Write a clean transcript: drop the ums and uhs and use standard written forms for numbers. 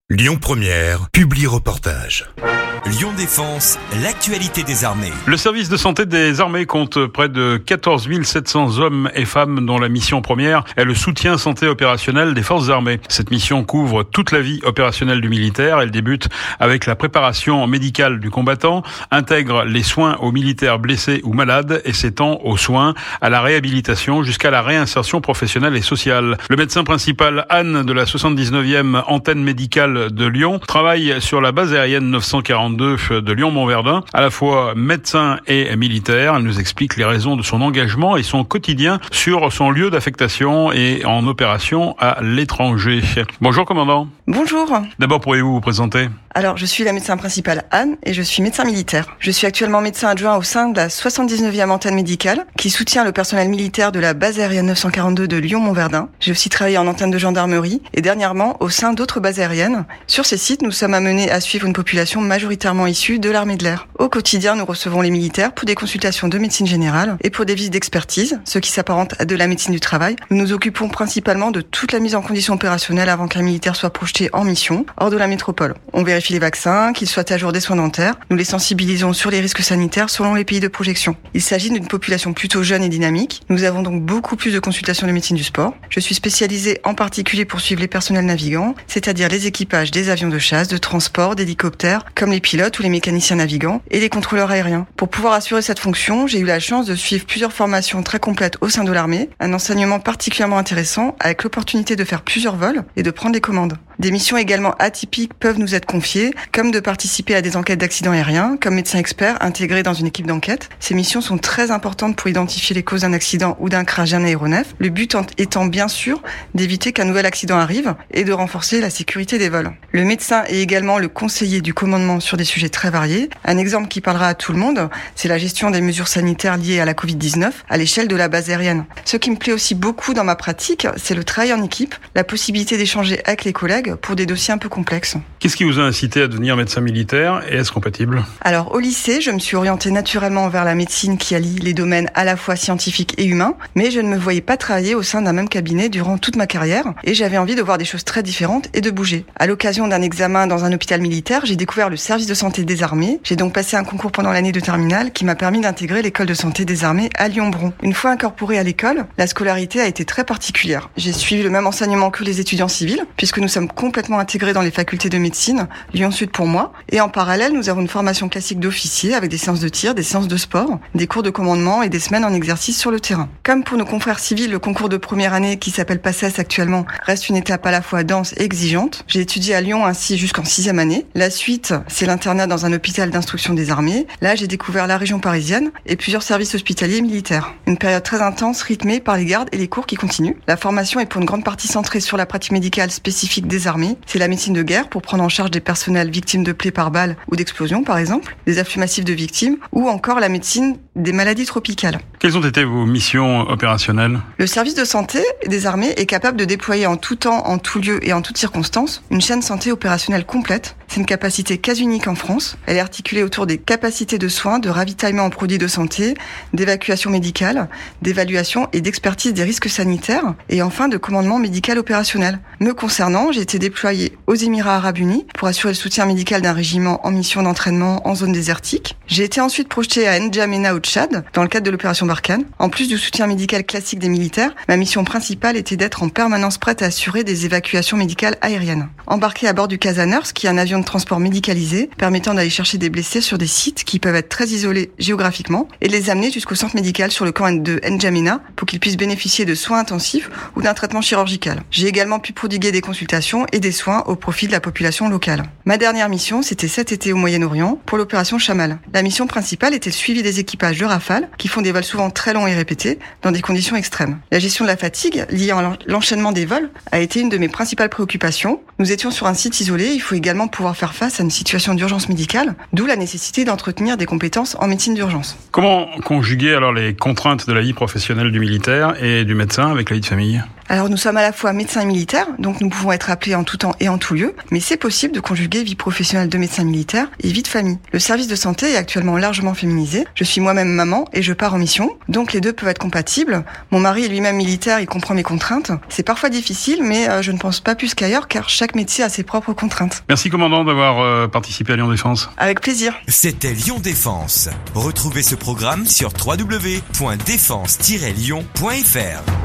Lyon Première, publi-reportage. Lyon Défense, l'actualité des armées. Le service de santé des armées compte près de 14 700 hommes et femmes dont la mission première est le soutien santé opérationnel des forces armées. Cette mission couvre toute la vie opérationnelle du militaire. Elle débute avec la préparation médicale du combattant, intègre les soins aux militaires blessés ou malades et s'étend aux soins, à la réhabilitation jusqu'à la réinsertion professionnelle et sociale. Le médecin principal Anne de la 79e antenne médicale de Lyon travaille sur la base aérienne 942 de Lyon-Montverdun, à la fois médecin et militaire. Elle nous explique les raisons de son engagement et son quotidien sur son lieu d'affectation et en opération à l'étranger. Bonjour commandant. Bonjour. D'abord, pourriez-vous vous présenter ? Alors, je suis la médecin principale Anne et je suis médecin militaire. Je suis actuellement médecin adjoint au sein de la 79e antenne médicale qui soutient le personnel militaire de la base aérienne 942 de Lyon-Montverdun. J'ai aussi travaillé en antenne de gendarmerie et dernièrement au sein d'autres bases aériennes. Sur ces sites, nous sommes amenés à suivre une population majoritairement issue de l'armée de l'air. Au quotidien, nous recevons les militaires pour des consultations de médecine générale et pour des visites d'expertise, ce qui s'apparente à de la médecine du travail. Nous nous occupons principalement de toute la mise en condition opérationnelle avant qu'un militaire soit projeté en mission hors de la métropole. On vérifie les vaccins, qu'ils soient à jour des soins dentaires. Nous les sensibilisons sur les risques sanitaires selon les pays de projection. Il s'agit d'une population plutôt jeune et dynamique. Nous avons donc beaucoup plus de consultations de médecine du sport. Je suis spécialisée en particulier pour suivre les personnels navigants, c'est-à-dire les équipages des avions de chasse, de transport, d'hélicoptères, comme les pilotes ou les mécaniciens navigants et les contrôleurs aériens. Pour pouvoir assurer cette fonction, j'ai eu la chance de suivre plusieurs formations très complètes au sein de l'armée, un enseignement particulièrement intéressant avec l'opportunité de faire plusieurs vols et de prendre les commandes. Des missions également atypiques peuvent nous être confiées, comme de participer à des enquêtes d'accidents aériens, comme médecin expert intégré dans une équipe d'enquête. Ces missions sont très importantes pour identifier les causes d'un accident ou d'un crash d'un aéronef, le but étant bien sûr d'éviter qu'un nouvel accident arrive et de renforcer la sécurité des vols. Le médecin est également le conseiller du commandement sur des sujets très variés. Un exemple qui parlera à tout le monde, c'est la gestion des mesures sanitaires liées à la Covid-19 à l'échelle de la base aérienne. Ce qui me plaît aussi beaucoup dans ma pratique, c'est le travail en équipe, la possibilité d'échanger avec les collègues pour des dossiers un peu complexes. Qu'est-ce qui vous a incité à devenir médecin militaire et est-ce compatible ? Alors au lycée, je me suis orientée naturellement vers la médecine qui allie les domaines à la fois scientifiques et humains, mais je ne me voyais pas travailler au sein d'un même cabinet durant toute ma carrière et j'avais envie de voir des choses très différentes et de bouger. À l'occasion d'un examen dans un hôpital militaire, j'ai découvert le service de santé des armées. J'ai donc passé un concours pendant l'année de terminale qui m'a permis d'intégrer l'école de santé des armées à Lyon-Bron. Une fois incorporée à l'école, la scolarité a été très particulière. J'ai suivi le même enseignement que les étudiants civils puisque nous sommes complètement intégrés dans les facultés de médecine, Lyon Sud pour moi, et en parallèle, nous avons une formation classique d'officier avec des séances de tir, des séances de sport, des cours de commandement et des semaines en exercice sur le terrain. Comme pour nos confrères civils, le concours de première année qui s'appelle PACES actuellement reste une étape à la fois dense et exigeante. J'ai étudié à Lyon ainsi jusqu'en 6e année. La suite, c'est l'internat dans un hôpital d'instruction des armées. Là, j'ai découvert la région parisienne et plusieurs services hospitaliers et militaires. Une période très intense rythmée par les gardes et les cours qui continuent. La formation est pour une grande partie centrée sur la pratique médicale spécifique des armées. C'est la médecine de guerre pour prendre en charge des personnels victimes de plaies par balle ou d'explosions par exemple, des afflux massifs de victimes ou encore la médecine des maladies tropicales. Quelles ont été vos missions opérationnelles ? Le service de santé des armées est capable de déployer en tout temps, en tout lieu et en toutes circonstances une chaîne santé opérationnelle complète. C'est une capacité quasi unique en France. Elle est articulée autour des capacités de soins, de ravitaillement en produits de santé, d'évacuation médicale, d'évaluation et d'expertise des risques sanitaires et enfin de commandement médical opérationnel. Me concernant, j'ai été déployée aux Émirats Arabes Unis pour assurer le soutien médical d'un régiment en mission d'entraînement en zone désertique. J'ai été ensuite projetée à N'Djamena au Tchad dans le cadre de l'opération Barkhane. En plus du soutien médical classique des militaires, ma mission principale était d'être en permanence prête à assurer des évacuations médicales aériennes. Embarquée à bord du Casaners, qui est un avion de transport médicalisé permettant d'aller chercher des blessés sur des sites qui peuvent être très isolés géographiquement et de les amener jusqu'au centre médical sur le camp de N'Djamena pour qu'ils puissent bénéficier de soins intensifs ou d'un traitement chirurgical. J'ai également pu prodiguer des consultations et des soins au profit de la population locale. Ma dernière mission, c'était cet été au Moyen-Orient pour l'opération Chamal. La mission principale était le suivi des équipages de Rafale qui font des vols souvent très longs et répétés dans des conditions extrêmes. La gestion de la fatigue liée à l'enchaînement des vols a été une de mes principales préoccupations. Nous étions sur un site isolé, il faut également pouvoir faire face à une situation d'urgence médicale, d'où la nécessité d'entretenir des compétences en médecine d'urgence. Comment conjuguer alors les contraintes de la vie professionnelle du militaire et du médecin avec la vie de famille ? Alors nous sommes à la fois médecins et militaires, donc nous pouvons être appelés en tout temps et en tout lieu, mais c'est possible de conjuguer vie professionnelle de médecin militaire et vie de famille. Le service de santé est actuellement largement féminisé. Je suis moi-même maman et je pars en mission, donc les deux peuvent être compatibles. Mon mari est lui-même militaire, il comprend mes contraintes. C'est parfois difficile, mais je ne pense pas plus qu'ailleurs, car chaque métier a ses propres contraintes. Merci commandant d'avoir participé à Lyon Défense. Avec plaisir. C'était Lyon Défense. Retrouvez ce programme sur www.défense-lyon.fr.